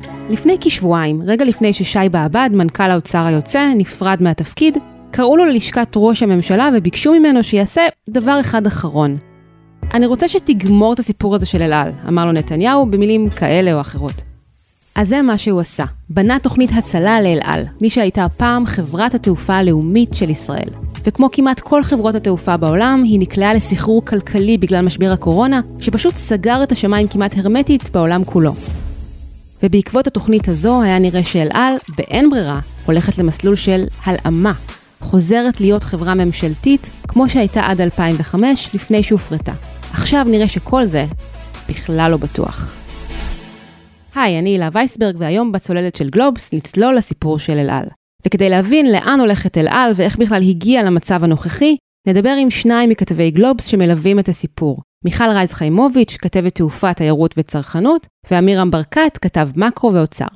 לפני כשבועיים, רגע לפני ששי בעבד, מנכ"ל האוצר היוצא, נפרד מהתפקיד, קראו לו ללשכת ראש הממשלה וביקשו ממנו שיעשה דבר אחד אחרון. אני רוצה שתגמור את הסיפור הזה של אל על, אמר לו נתניהו במילים כאלה או אחרות. אז זה מה שהוא עשה. בנה תוכנית הצלה לאל על, מי שהייתה פעם חברת התעופה הלאומית של ישראל. וכמו כמעט כל חברות התעופה בעולם, היא נקלעה לסחרור כלכלי בגלל משבר הקורונה, שפשוט סגר את השמיים כמעט הרמטית בעולם כולו. ובעקבות התוכנית הזו היה נראה שאל על, באין ברירה, הולכת למסלול של הלאמה. חוזרת להיות חברה ממשלתית, כמו שהייתה עד 2005, לפני שהופרטה. עכשיו נראה שכל זה בכלל לא בטוח. היי, אני הילה וייסברג, והיום בצוללת של גלובס נצלול לסיפור של אל על. וכדי להבין לאן הולכת אל על ואיך בכלל הגיע למצב הנוכחי, נדבר עם שניים מכתבי גלובס שמלווים את הסיפור. מיכל רייז חיימוביץ', כתבת תעופה, תיירות וצרכנות, ואמירם ברקת, כתב מקרו ואוצר.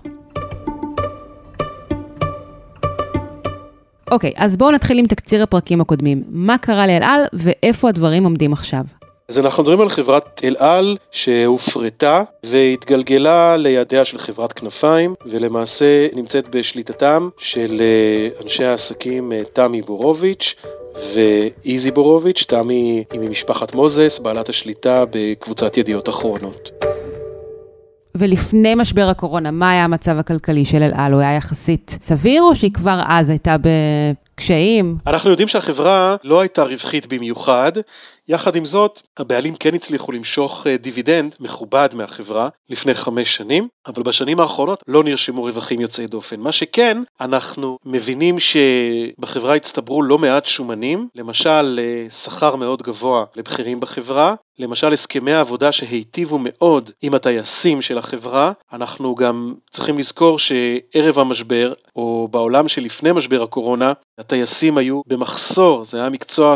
אוקיי, אז בואו נתחיל עם תקציר הפרקים הקודמים. מה קרה לאל על ואיפה הדברים עומדים עכשיו? אז אנחנו מדברים על חברת אל על שהופרטה והתגלגלה לידיה של חברת כנפיים, ולמעשה נמצאת בשליטתם של אנשי העסקים תמי בורוביץ' ואיזי בורוביץ'. תמי היא ממשפחת מוזס, בעלת השליטה בקבוצת ידיעות אחרונות. ולפני משבר הקורונה, מה היה המצב הכלכלי של אל על? הוא היה יחסית סביר או שהיא כבר אז הייתה בקשיים? אנחנו יודעים שהחברה לא הייתה רווחית במיוחד, יחד עם זאת, הבעלים כן הצליחו למשוך דיבידנד מכובד מהחברה לפני 5 שנים, אבל בשנים האחרונות לא נרשמו רווחים יוצאי דופן. מה שכן, אנחנו מבינים שבחברה הצטברו לא מעט שומנים, למשל שכר מאוד גבוה לבכירים בחברה, למשל הסכמי העבודה שהיטיבו מאוד עם הטייסים של החברה. אנחנו גם צריכים לזכור שערב המשבר, או בעולם שלפני משבר הקורונה, הטייסים היו במחסור. זה היה מקצוע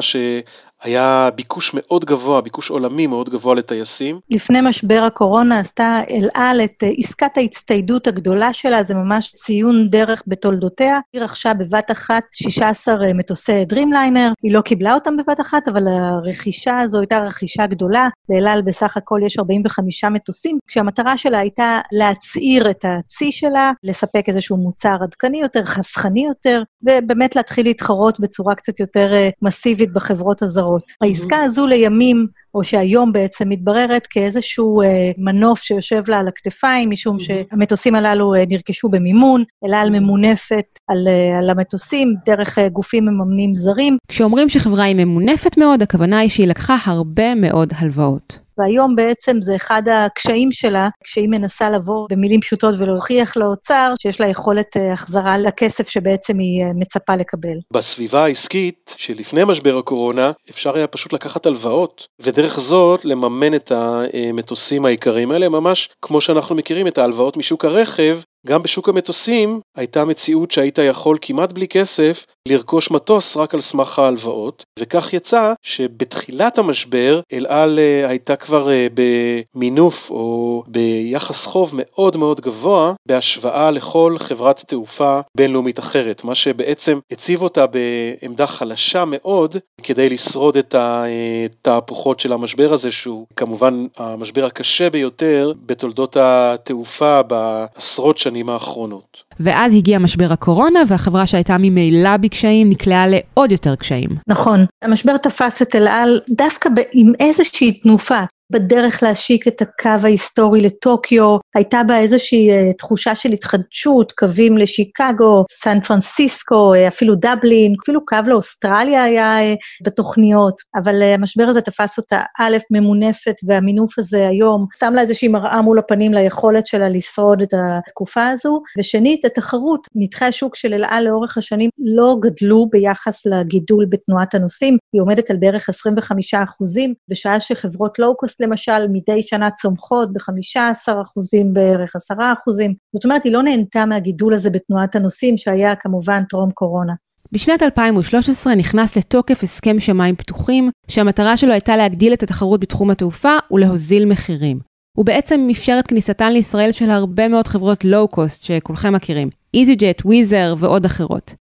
היה ביקוש מאוד גבוה, ביקוש עולמי מאוד גבוה לטייסים. לפני משבר הקורונה עשתה אל על את עסקת ההצטיידות הגדולה שלה, זה ממש ציון דרך בתולדותיה. היא רכשה בבת אחת 16 מטוסי דרימליינר, היא לא קיבלה אותם בבת אחת, אבל הרכישה הזו הייתה רכישה גדולה. לאל על בסך הכל יש 45 מטוסים, כשהמטרה שלה הייתה להצעיר את הצי שלה, לספק איזשהו מוצר עדכני יותר, חסכני יותר, ובאמת להתחיל להתחרות בצורה קצת יותר מסיבית בחברות הזרות. העסקה הזו לימים, או שהיום בעצם מתבררת כאיזשהו מנוף שיושב לה על הכתפיים, משום שהמטוסים הללו נרכשו במימון, אל על ממונפת על המטוסים, דרך גופים מממנים זרים. כשאומרים שחברה היא ממונפת מאוד, הכוונה היא שהיא לקחה הרבה מאוד הלוואות. והיום בעצם זה אחד הקשיים שלה, כשהיא מנסה לבוא במילים פשוטות ולהוכיח לאוצר, שיש לה יכולת החזרה לכסף שבעצם היא מצפה לקבל. בסביבה העסקית שלפני משבר הקורונה, אפשר היה פשוט לקחת הלוואות, ודרך זאת לממן את המטוסים העיקריים האלה, ממש כמו שאנחנו מכירים את ההלוואות משוק הרכב. גם בשוק המטוסים הייתה מציאות שהיית יכול כמעט בלי כסף לרכוש מטוס רק על סמך ההלוואות, וכך יצא שבתחילת המשבר אל על הייתה כבר במינוף או ביחס חוב מאוד מאוד גבוה בהשוואה לכל חברת תעופה בינלאומית אחרת, מה שבעצם הציב אותה בעמדה חלשה מאוד כדי לשרוד את התהפוכות של המשבר הזה, שהוא כמובן המשבר הקשה ביותר בתולדות התעופה בעשרות שנים האחרונות. ואז הגיע משבר הקורונה, והחברה שהייתה ממילא בקשיים נקלעה לעוד יותר קשיים. נכון. המשבר תפס את אל על דווקא עם איזושהי תנופה. בדרך להשיק את הקו ההיסטורי לטוקיו, הייתה בה איזושהי תחושה של התחדשות, קווים לשיקגו, סן פרנסיסקו, אפילו דבלין, אפילו קו לאוסטרליה היה בתוכניות, אבל המשבר הזה תפס אותה א' ממונפת, והמינוף הזה היום שם לה איזושהי מראה מול הפנים ליכולת שלה לשרוד את התקופה הזו, ושנית, התחרות, נתחי השוק של אל על לאורך השנים לא גדלו ביחס לגידול בתנועת הנוסעים, היא עומדת על בערך 25%, בשעה שחברות לואו-קוסט למשל, מדי שנה צומחות ב-15% בערך, 10%. זאת אומרת, היא לא נהנתה מהגידול הזה בתנועת הנוסעים, שהיה כמובן טרום קורונה. בשנת 2013 נכנס לתוקף הסכם שמיים פתוחים, שהמטרה שלו הייתה להגדיל את התחרות בתחום התעופה ולהוזיל מחירים. הוא בעצם אפשר את כניסתן לישראל של הרבה מאוד חברות לואו-קוסט שכולכם מכירים, EasyJet, Wizz Air ועוד אחרות.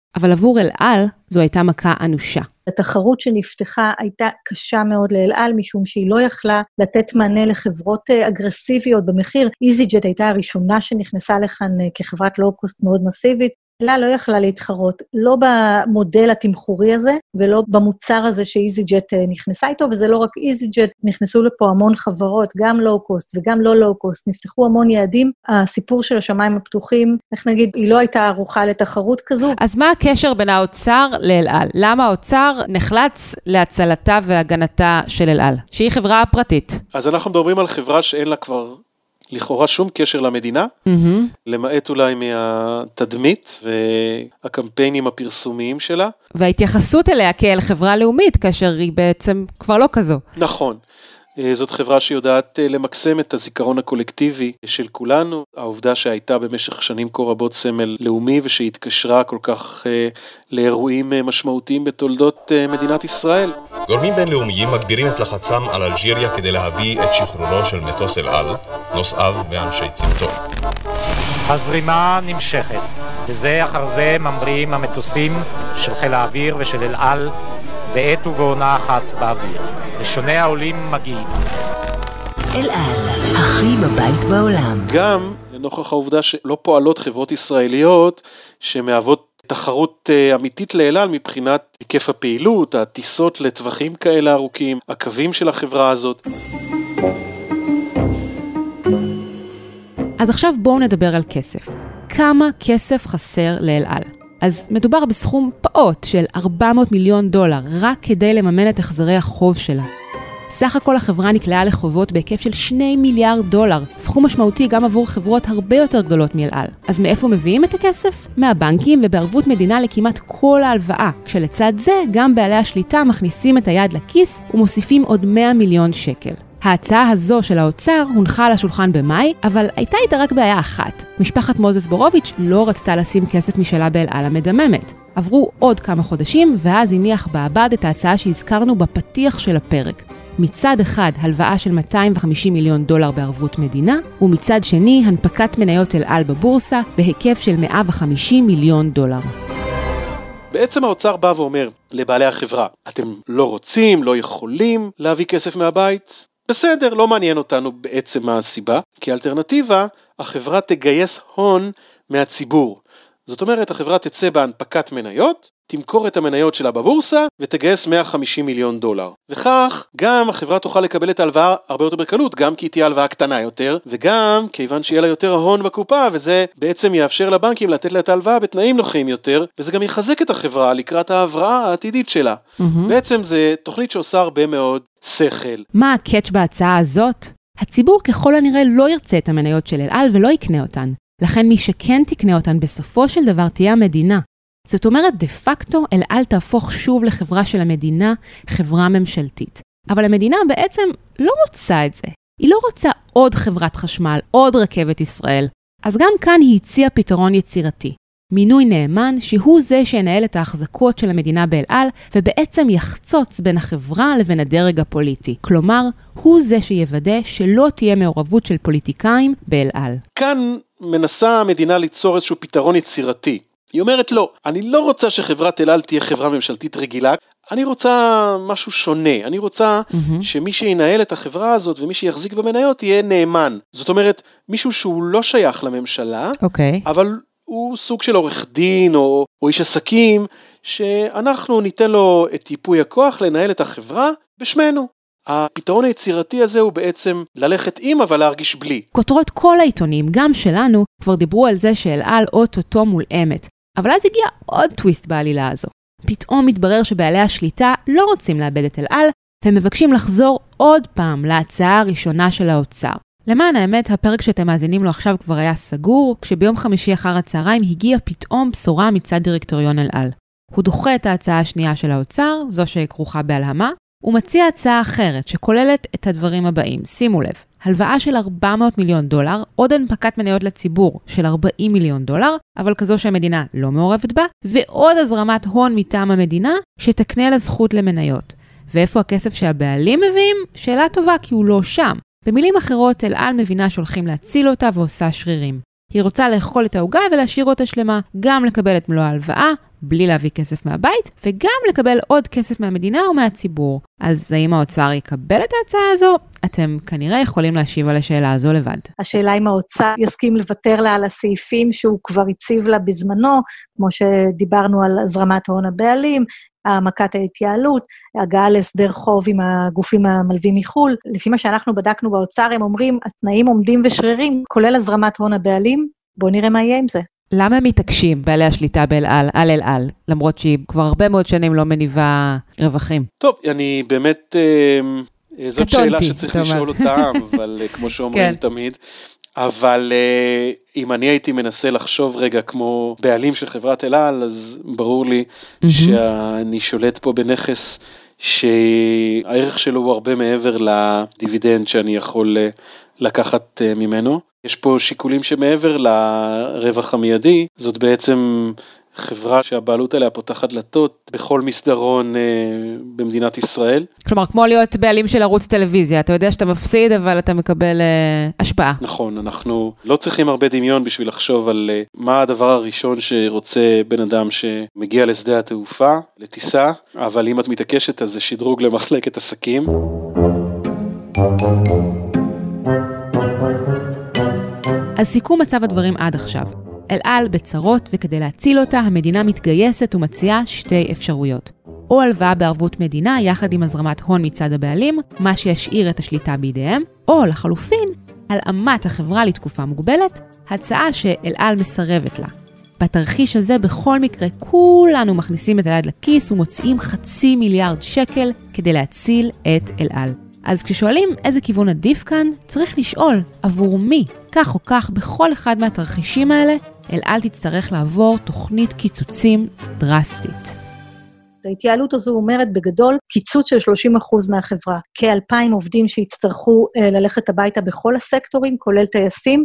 אבל עבור אל על זו הייתה מכה אנושה. התחרות שנפתחה הייתה קשה מאוד לאל על, משום שהיא לא יכלה לתת מענה לחברות אגרסיביות במחיר. EasyJet הייתה הראשונה שנכנסה לכאן כחברת לואו-קוסט מאוד מסיבית, אל על לא יכלה להתחרות, לא במודל התמחורי הזה, ולא במוצר הזה ש-EasyJet נכנסה איתו, וזה לא רק EasyJet, נכנסו לפה המון חברות, גם לואו-קוסט וגם לא לואו-קוסט, נפתחו המון יעדים. הסיפור של השמיים הפתוחים, איך נגיד, היא לא הייתה ערוכה לתחרות כזו. אז מה הקשר בין האוצר לאל על? למה האוצר נחלץ להצלתה והגנתה של אל על, שהיא חברה פרטית? אז אנחנו מדברים על חברה שאין לה כבר לכאורה שום קשר למדינה, למעט אולי מהתדמית והקמפיינים הפרסומיים שלה. וההתייחסות אליה כאל חברה לאומית, כאשר היא בעצם כבר לא כזו. נכון. זאת חברה שיודעת למקסם את הזיכרון הקולקטיבי של כולנו, העובדה שהייתה במשך שנים כה רבות סמל לאומי, ושהתקשרה כל כך לאירועים משמעותיים בתולדות מדינת ישראל. גורמים בינלאומיים מגבירים את לחצם על אלג'יריה כדי להביא את שחרורו של מטוס אל על, נוסעיו ואנשי צוותו. הזרימה נמשכת, וזה אחר זה ממריאים המטוסים של חיל האוויר ושל אל על, בעת ובעונה אחת באוויר. ראשוני העולים מגיעים. אל על, הכי בבית בעולם. גם לנוכח העובדה שלא פועלות חברות ישראליות שמהוות תחרות אמיתית לאל על מבחינת היקף הפעילות, הטיסות לטווחים כאלה ארוכים, הקווים של החברה הזאת. אז עכשיו בואו נדבר על כסף. כמה כסף חסר לאל על? אז מדובר בסכום פעוט של $400 מיליון, רק כדי לממן את החזרי החוב שלה. סך הכל החברה נקלעה לחובות בהיקף של $2 מיליארד, סכום משמעותי גם עבור חברות הרבה יותר גדולות מאל על. אז מאיפה מביאים את הכסף? מהבנקים ובערבות מדינה לכמעט כל ההלוואה, כשלצד זה גם בעלי השליטה מכניסים את היד לכיס ומוסיפים עוד $100 מיליון. ההצעה הזו של האוצר הונחה על השולחן במאי, אבל הייתה איתה רק בעיה אחת. משפחת מוזס בורוביץ' לא רצתה לשים כסף משלה באל על המדממת. עברו עוד כמה חודשים, ואז הניח בעבד את ההצעה שהזכרנו בפתיח של הפרק. מצד אחד, הלוואה של $250 מיליון בערבות מדינה, ומצד שני, הנפקת מניות אל על בבורסה בהיקף של $150 מיליון. בעצם האוצר בא ואומר לבעלי החברה, אתם לא רוצים, לא יכולים להביא כסף מהבית? בסדר, לא מעניין אותנו בעצם מה הסיבה, כי האלטרנטיבה, החברה תגייס הון מהציבור. זאת אומרת, החברה תצא בהנפקת מניות, תמכור את המניות שלה בבורסה, ותגייס $150 מיליון. וכך, גם החברה תוכל לקבל את ההלוואה הרבה יותר בקלות, גם כי היא תהיה הלוואה קטנה יותר, וגם כיוון שיהיה לה יותר הון בקופה, וזה בעצם יאפשר לבנקים לתת לה את ההלוואה בתנאים נוחים יותר, וזה גם יחזק את החברה לקראת ההבראה העתידית שלה. בעצם זה תוכנית שעושה הרבה מאוד שכל. מה הקאץ' בהצעה הזאת? הציבור ככל הנראה לא ירצה את המניות של אל על ולא יקנה אותן. לכן מי שכן תקנה אותן בסופו של דבר תהיה המדינה. זאת אומרת, דה פקטו, אל על תהפוך שוב לחברה של המדינה, חברה ממשלתית. אבל המדינה בעצם לא רוצה את זה. היא לא רוצה עוד חברת חשמל, עוד רכבת ישראל. אז גם כאן היא הציעה פתרון יצירתי. מינוי נאמן שהוא זה שינהל את ההחזקות של המדינה באל על, ובעצם יחצוץ בין החברה לבין הדרג הפוליטי. כלומר, הוא זה שיוודא שלא תהיה מעורבות של פוליטיקאים באל על. כאן מנסה המדינה ליצור איזשהו פתרון יצירתי. היא אומרת לא, אני לא רוצה שחברת אל על תהיה חברה ממשלתית רגילה, אני רוצה משהו שונה, אני רוצה שמי שינהל את החברה הזאת ומי שיחזיק במניות יהיה נאמן. זאת אומרת, מישהו שהוא לא שייך לממשלה, אבל הוא סוג של עורך דין או איש עסקים, שאנחנו ניתן לו את ייפוי הכוח לנהל את החברה בשמנו. הפתרון היצירתי הזה הוא בעצם ללכת עם אבל להרגיש בלי. כותרות כל העיתונים, גם שלנו, כבר דיברו על זה שאל על אוטוטו מולאמת. אבל אז הגיע עוד טוויסט בעלילה הזו. פתאום מתברר שבעלי השליטה לא רוצים לאבד את אל על, והם מבקשים לחזור עוד פעם להצעה הראשונה של האוצר. למען האמת, הפרק שאתם מאזינים לו עכשיו כבר היה סגור, כשביום חמישי אחר הצהריים הגיע פתאום בשורה מצד דירקטוריון אל על. הוא דוחה את ההצעה השנייה של האוצר, זו שכרוכה בהלהמה, הוא מציע הצעה אחרת שכוללת את הדברים הבאים. שימו לב, הלוואה של $400 מיליון, עוד הנפקת מניות לציבור של $40 מיליון, אבל כזו שהמדינה לא מעורבת בה, ועוד הזרמת הון מטעם המדינה שתקנה לה זכות למניות. ואיפה הכסף שהבעלים מביאים? שאלה טובה, כי הוא לא שם. במילים אחרות, אל על מבינה שהולכים להציל אותה ועושה שרירים. היא רוצה לאכול את העוגה ולהשאיר אותה שלמה, גם לקבל את מלוא ההלוואה בלי להביא כסף מהבית, וגם לקבל עוד כסף מהמדינה או מהציבור. אז האם האוצר יקבל את ההצעה הזו? אתם כנראה יכולים להשיב על השאלה הזו לבד. השאלה אם האוצר יסכים לוותר לה על הסעיפים שהוא כבר הציב לה בזמנו, כמו שדיברנו על הזרמת הון הבעלים, העמקת ההתייעלות, הגעה להסדר חוב עם הגופים המלווים מחול. לפי מה שאנחנו בדקנו באוצר, הם אומרים, התנאים עומדים ושרירים, כולל הזרמת הון הבעלים, בואו נראה מה יהיה עם זה. למה הם מתעקשים בעלי השליטה על אל על, למרות שהיא כבר הרבה מאוד שנים לא מניבה רווחים? טוב, אני באמת, זאת שאלה שצריך לשאול אותם, אבל כמו שאומרים תמיד, אבל אם אני הייתי מנסה לחשוב רגע כמו בעלים של חברת אל על, אז ברור לי שאני שולט פה בנכס שהערך שלו הוא הרבה מעבר לדיבידנד שאני יכול לקחת ממנו. יש פה שיקולים שמעבר לרווח המיידי, זאת בעצם חברה שהבעלות עליה פותחת דלתות בכל מסדרון במדינת ישראל. כלומר, כמו להיות בעלים של ערוץ טלוויזיה, אתה יודע שאתה מפסיד, אבל אתה מקבל השפעה. נכון, אנחנו לא צריכים הרבה דמיון בשביל לחשוב על מה הדבר הראשון שרוצה בן אדם שמגיע לשדה התעופה, לטיסה, אבל אם את מתעקשת, אז זה שדרוג למחלקת עסקים. אז סיכום מצב הדברים עד עכשיו. אל על בצרות, וכדי להציל אותה, המדינה מתגייסת ומציעה שתי אפשרויות. או הלוואה בערבות מדינה, יחד עם הזרמת הון מצד הבעלים, מה שישאיר את השליטה בידיהם, או לחלופין, הלאמת החברה לתקופה מוגבלת, הצעה שאל על מסרבת לה. בתרחיש הזה, בכל מקרה, כולנו מכניסים את היד לכיס ומוצאים 500 מיליארד שקל כדי להציל את אל על. אז כששואלים איזה כיוון עדיף כאן, צריך לשאול עבור מי, כך או כך, בכל אחד מהתרחישים האלה, אל על תצטרך לעבור תוכנית קיצוצים דרסטית. ההתייעלות הזו אומרת בגדול קיצוץ של 30% מהחברה, כ2,000 עובדים שיצטרכו ללכת הביתה בכל הסקטורים, כולל טייסים,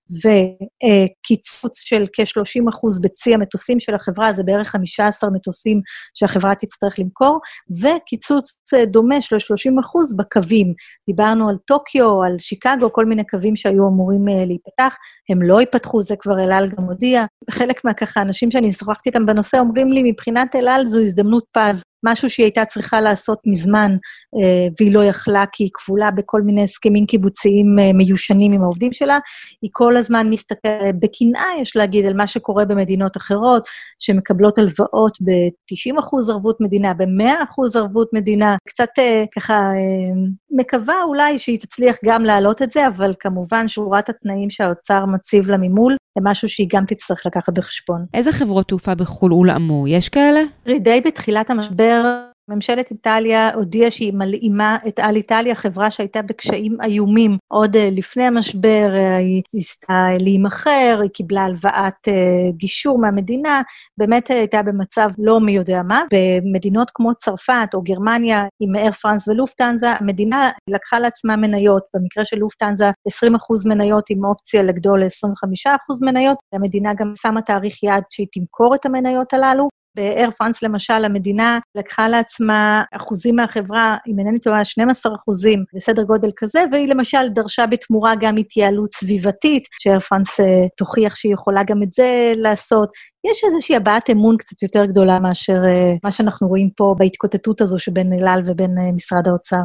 וקיצוץ של כ-30% בצי המטוסים של החברה, זה בערך 15 מטוסים שהחברה תצטרך למכור, וקיצוץ דומה של 30% בקווים. דיברנו על טוקיו, על שיקגו, כל מיני קווים שהיו אמורים להיפתח, הם לא ייפתחו, זה כבר אל על גם הודיע. חלק מהככה, אנשים שאני שוחחתי איתם בנושא, אומרים לי, מבחינת אל על זו הזדמנות פז, משהו שהיא הייתה צריכה לעשות מזמן, והיא לא יכלה, כי היא כפולה בכל מיני הסכמים קיבוציים מיושנים עם העובדים שלה, היא כל הזמן מסתכלת בקנאה, יש להגיד, על מה שקורה במדינות אחרות, שמקבלות הלוואות ב-90% ערבות מדינה, ב-100% ערבות מדינה, קצת ככה מקווה אולי שהיא תצליח גם להעלות את זה, אבל כמובן שורת התנאים שהאוצר מציב לה ממול, זה משהו שהיא גם תצטרך לקחת בחשבון. איזה חברות תעופה בחול הולאמו? יש כאלה? די בתחילת המשבר, ממשלת איטליה הודיעה שהיא מלאימה את אל איטליה, חברה שהייתה בקשיים איומים. עוד לפני המשבר היא ניסתה להימכר, היא קיבלה הלוואת גישור מהמדינה, באמת הייתה במצב לא מי יודע מה. במדינות כמו צרפת או גרמניה, עם אייר פרנס ולופטנזה, המדינה לקחה לעצמה מניות, במקרה של לופטנזה 20% מניות עם אופציה לגדול ל-25% מניות, המדינה גם שמה תאריך יעד שהיא תמכור את המניות הללו, באייר פרנס למשל, המדינה לקחה לעצמה אחוזים מהחברה, אם אינני טועה 12%, בסדר גודל כזה, והיא למשל דרשה בתמורה גם התייעלות סביבתית, שאייר פרנס תוכיח שהיא יכולה גם את זה לעשות. יש איזושהי הבעת אמון קצת יותר גדולה מאשר מה שאנחנו רואים פה בהתקוטטות הזו שבין אל על ובין משרד האוצר.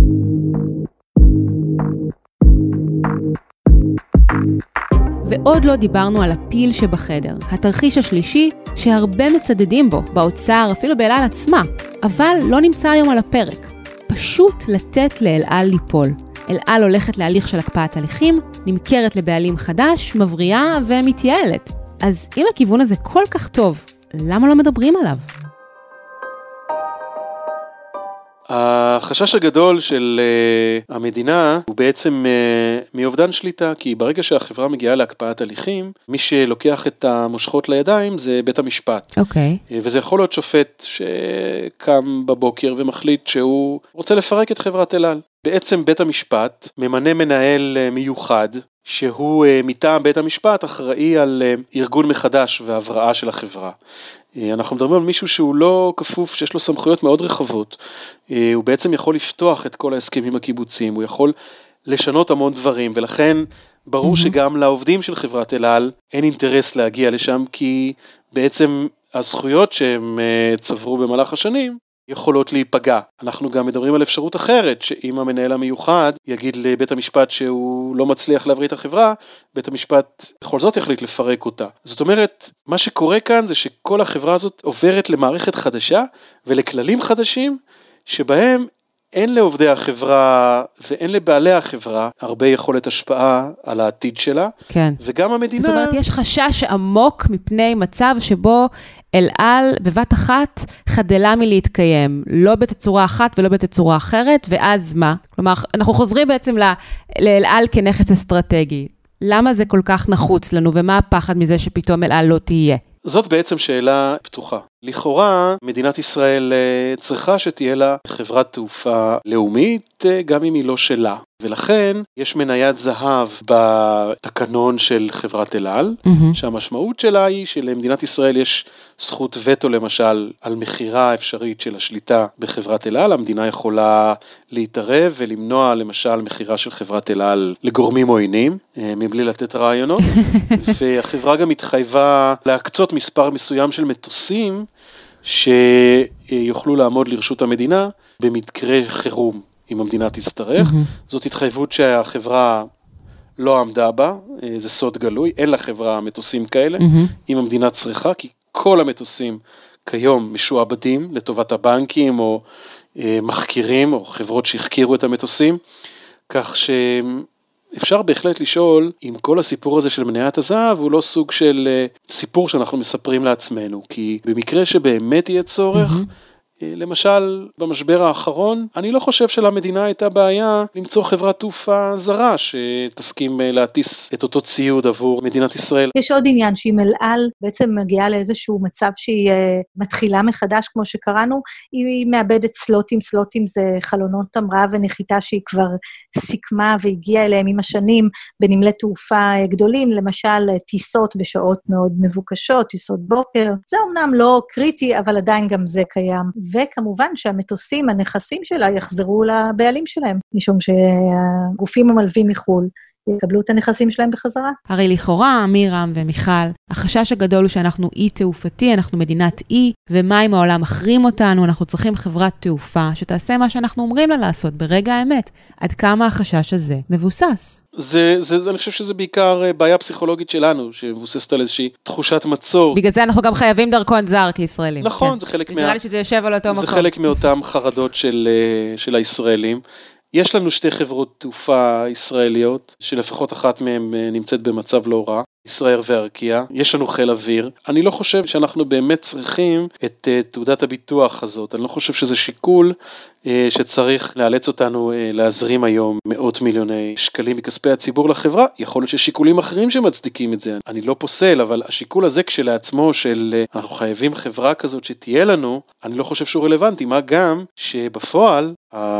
ועוד לא דיברנו על הפיל שבחדר, התרחיש השלישי שהרבה מצדדים בו, באוצר, אפילו באל על עצמה, אבל לא נמצא היום על הפרק. פשוט לתת לאל על ליפול. אל על הולכת להליך של הקפאת הליכים, נמכרת לבעלים חדש, מבריאה ומתייעלת. אז אם הכיוון הזה כל כך טוב, למה לא מדברים עליו? החשש הגדול של המדינה הוא בעצם מאובדן שליטה, כי ברגע שהחברה מגיעה להקפאת הליכים, מי שלוקח את המושכות לידיים זה בית המשפט. אוקיי. וזה יכול להיות שופט שקם בבוקר ומחליט שהוא רוצה לפרק את חברת אל על. בעצם בית המשפט ממנה מנהל מיוחד, שהוא מטעם בית המשפט אחראי על ארגון מחדש והבראה של החברה. אנחנו מדברים על מישהו שהוא לא כפוף, שיש לו סמכויות מאוד רחבות. הוא בעצם יכול לפתוח את כל ההסכמים הקיבוציים, הוא יכול לשנות המון דברים, ולכן ברור שגם לעובדים של חברת אל על אין אינטרס להגיע לשם, כי בעצם הזכויות שהם צברו במהלך השנים יכולות להיפגע. אנחנו גם מדברים על אפשרות אחרת, שאם המנהל המיוחד יגיד לבית המשפט שהוא לא מצליח להבריא את החברה, בית המשפט בכל זאת יחליט לפרק אותה. זאת אומרת, מה שקורה כאן זה שכל החברה הזאת עוברת למערכת חדשה ולכללים חדשים, שבהם אין לעובדי החברה ואין לבעלי החברה הרבה יכולת השפעה על העתיד שלה. כן. וגם המדינה... זאת אומרת, יש חשש עמוק מפני מצב שבו אל על בבת אחת חדלה מלהתקיים, לא בתצורה אחת ולא בתצורה אחרת, ואז מה? כלומר, אנחנו חוזרים בעצם לאל על כנכס אסטרטגי. למה זה כל כך נחוץ לנו, ומה הפחד מזה שפתאום אל על לא תהיה? זאת בעצם שאלה פתוחה. לכאורה, מדינת ישראל צריכה שתהיה לה חברת תעופה לאומית, גם אם היא לא שלה. ולכן יש מניית זהב בתקנון של חברת אל על, שהמשמעות שלה היא שלמדינת ישראל יש זכות וטו למשל על מחירה אפשרית של השליטה בחברת אל על, המדינה יכולה להתערב ולמנוע למשל מחירה של חברת אל על לגורמים עוינים, מבלי לתת רעיונות, והחברה גם התחייבה להקצות מספר מסוים של מטוסים, שיוכלו לעמוד לרשות המדינה במקרה חירום. אם המדינה תצטרך, זאת התחייבות שהחברה לא עמדה בה, זה סוד גלוי, אין לחברה מטוסים כאלה, אם המדינה צריכה, כי כל המטוסים כיום משועבדים לטובת הבנקים, או מחקירים, או חברות שהחקירו את המטוסים, כך שאפשר בהחלט לשאול, אם כל הסיפור הזה של מניית הזהב, הוא לא סוג של סיפור שאנחנו מספרים לעצמנו, כי במקרה שבאמת יהיה צורך, למשל, במשבר האחרון, אני לא חושב שלמדינה הייתה בעיה למצוא חברת תעופה זרה שתסכים להטיס את אותו ציוד עבור מדינת ישראל. יש עוד עניין שאם אל על בעצם מגיעה לאיזשהו מצב שהיא מתחילה מחדש, כמו שקראנו, היא מאבדת סלוטים, סלוטים זה חלונות המראה ונחיתה שהיא כבר סיכמה והגיעה אליהם עם השנים בנמלי תעופה גדולים, למשל טיסות בשעות מאוד מבוקשות, טיסות בוקר, זה אומנם לא קריטי, אבל עדיין גם זה קיים. וכמובן שהמטוסים, הנכסים שלה יחזרו לבעלים שלהם, משום שהגופים המלווים מחול יקבלו את הנכסים שלהם בחזרה. הרי לכאורה, מירם ומיכל, החשש הגדול הוא שאנחנו אי תעופתי, אנחנו מדינת אי, ומה אם העולם מחרים אותנו, אנחנו צריכים חברת תעופה שתעשה מה שאנחנו אומרים לה לעשות ברגע האמת. עד כמה החשש הזה מבוסס? אני חושב שזה בעיקר בעיה פסיכולוגית שלנו, שמבוססת על איזושהי תחושת מצור. בגלל זה אנחנו גם חייבים דרכון זר כישראלים. נכון, כן. זה חלק נראה לי שזה יושב על אותו מקום. זה חלק מאותם חרדות של הישראלים. יש לנו שתי חברות תעופה ישראליות, שלפחות אחת מהן נמצאת במצב לא רע, ישראל וארקיע. יש לנו חיל אוויר. אני לא חושב שאנחנו באמת צריכים את תעודת הביטוח הזאת. אני לא חושב שזה שיקול שצריך לאלץ אותנו להזרים היום מאות מיליוני שקלים מכספי הציבור לחברה. יכול להיות ששיקולים אחרים שמצדיקים את זה. אני לא פוסל, אבל השיקול הזה כשלעצמו של אנחנו חייבים חברה כזאת שתהיה לנו, אני לא חושב שהוא רלוונטי. מה גם שבפועל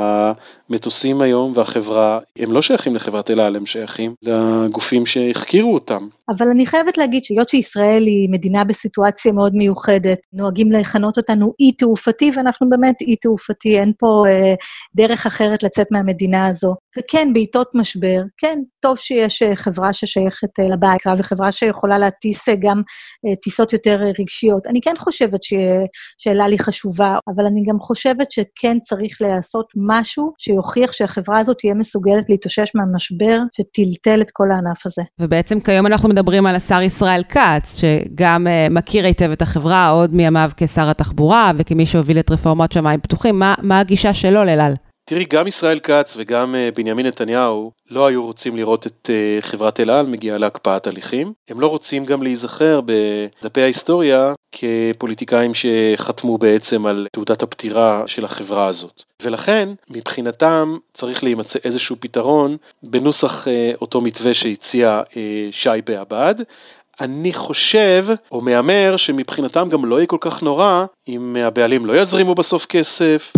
המטוסים היום והחברה, הם לא שייכים לחברת אל על, הם שייכים לגופים שהחקירו אותם. אבל אני חייבת להגיד שהיות שישראל היא מדינה בסיטואציה מאוד מיוחדת, נוהגים לכנות אותנו אי תעופתי, ואנחנו באמת אי תעופתי, אין פה דרך אחרת לצאת מהמדינה הזו. וכן, בעיתות משבר, כן, טוב שיש חברה ששייכת לבית, וחברה שיכולה להטיס גם טיסות יותר רגשיות. אני כן חושבת שאלה לי חשובה, אבל אני גם חושבת שכן צריך לעשות משהו שיוכיח שהחברה הזאת תהיה מסוגלת להתאושש מהמשבר שטלטל את כל הענף הזה. ובעצם כיום אנחנו מדברים על השר ישראל כץ, שגם מכיר היטב את החברה עוד מימיו כשר התחבורה, וכמי שהוביל את רפורמות שמיים פתוחים. מה הגישה שלו לאל על? תראי, גם ישראל כץ וגם בנימין נתניהו לא היו רוצים לראות את חברת אל על מגיעה להקפאת הליכים. הם לא רוצים גם להיזכר בדפי ההיסטוריה כפוליטיקאים שחתמו בעצם על תעודת הפטירה של החברה הזאת. ולכן, מבחינתם צריך להימצא איזשהו פתרון בנוסח אותו מתווה שהציע שי בעבד. אני חושב, או מאמר, שמבחינתם גם לא יהיה כל כך נורא אם הבעלים לא יזרימו בסוף כסף.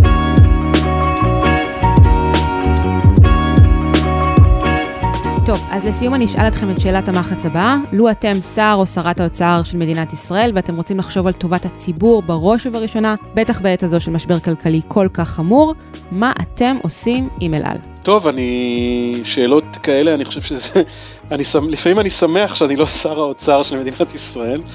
טוב, אז לסיום אני אשאל אתכם את שאלת המחץ הבאה. לו אתם שר או שרת האוצר של מדינת ישראל, ואתם רוצים לחשוב על טובת הציבור בראש ובראשונה, בטח בעת הזו של משבר כלכלי כל כך חמור, מה אתם עושים עם אל על? טוב, שאלות כאלה, אני חושב שזה, לפעמים אני שמח שאני לא שר האוצר של מדינת ישראל,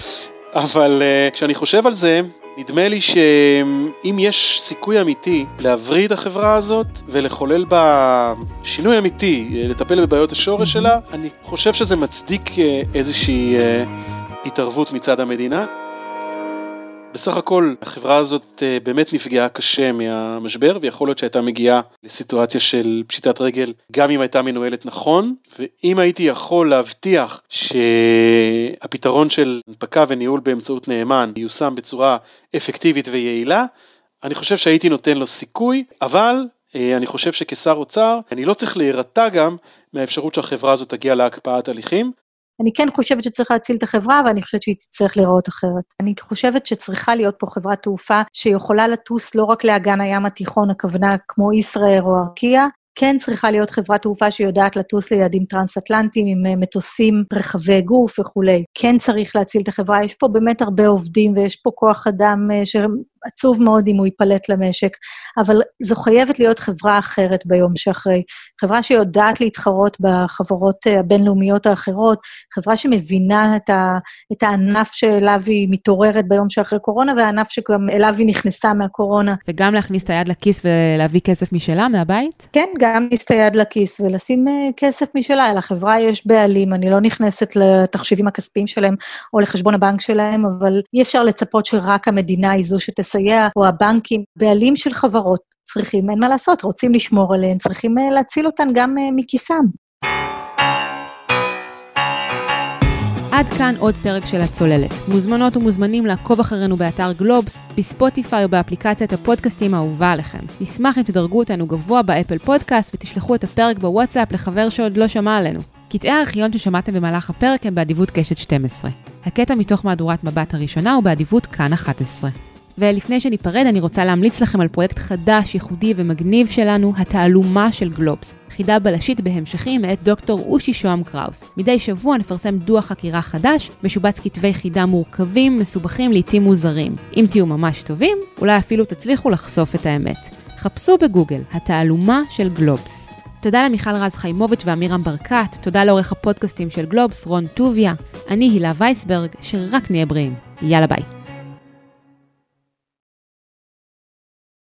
אבל כשאני חושב על זה, נדמה לי שאם יש סיכוי אמיתי להבריא את החברה הזאת ולחולל בה שינוי אמיתי, לטפל בבעיות השורש שלה, אני חושב שזה מצדיק איזושהי התערבות מצד המדינה. בסך הכל החברה הזאת באמת נפגעה קשה מהמשבר, ויכול להיות שהייתה מגיעה לסיטואציה של פשיטת רגל, גם אם הייתה מנוהלת נכון, ואם הייתי יכול להבטיח שהפתרון של הנפקה וניהול באמצעות נאמן ייושם בצורה אפקטיבית ויעילה, אני חושב שהייתי נותן לו סיכוי, אבל אני חושב שכשר אוצר, אני לא צריך להירתע גם מהאפשרות שהחברה הזאת תגיע להקפאת הליכים. אני כן חושבת שצריך להציל את החברה, ואני חושבת שהיא תצטרך לראות אחרת. אני חושבת שצריכה להיות פה חברת תעופה, שיכולה לטוס לא רק לאגן הים התיכון, הכוונה כמו ישראל או ארקיע, כן צריכה להיות חברת תעופה שיודעת לטוס ליעדים טרנס-אטלנטיים, עם מטוסים רחבי גוף וכולי. כן צריך להציל את החברה, יש פה באמת הרבה עובדים, ויש פה כוח אדם עצוב מאוד אם הוא ייפלט למשק, אבל זו חייבת להיות חברה אחרת ביום שאחרי, חברה שיודעת להתחרות בחברות הבינלאומיות האחרות, חברה שמבינה את הענף שאליו היא מתעוררת ביום שאחרי קורונה, והענף שגם אליו היא נכנסה מהקורונה. וגם להכניס את היד לכיס ולהביא כסף משלה מהבית? כן, גם להכניס את היד לכיס ולשים כסף משלה, לחברה יש בעלים, אני לא נכנסת לתחשיבים הכספיים שלהם, או לחשבון הבנק שלהם, אבל אי אפשר לצפות שרק המדינה היא זו שתסייע, או הבנקים, בעלים של חברות צריכים, אין מה לעשות, רוצים לשמור עליהן, צריכים להציל אותן גם מכיסם. עד כאן עוד פרק של הצוללת. מוזמנות ומוזמנים לעקוב אחרינו באתר גלובס, בספוטיפיי או באפליקציית הפודקאסטים האהובה עליכם. נשמח אם תדרגו אותנו גבוה באפל פודקאסט ותשלחו את הפרק בוואטסאפ לחבר שעוד לא שמע עלינו. קטעי הארכיון ששמעתם במהלך הפרק הם באדיבות קשת 12. הקטע מתוך מהדורת מבט הראשונה הוא באדיבות כאן 11. ולפני שניפרד, אני רוצה להמליץ לכם על פרויקט חדש, ייחודי ומגניב שלנו, התעלומה של גלובס. חידה בלשית בהמשכים מאת דוקטור אושי שוהם קראוס. מדי שבוע נפרסם דוח חקירה חדש, משובץ כתבי חידה מורכבים, מסובכים, לעתים מוזרים. אם תהיו ממש טובים, אולי אפילו תצליחו לחשוף את האמת. חפשו בגוגל, התעלומה של גלובס. תודה למיכל רז חיימוביץ' ואמירם ברקת, תודה לעורך הפודקאסטים של גלובס, רון טוביה. אני הילה וייסברג, שרק נהיה בריאים. יאללה ביי.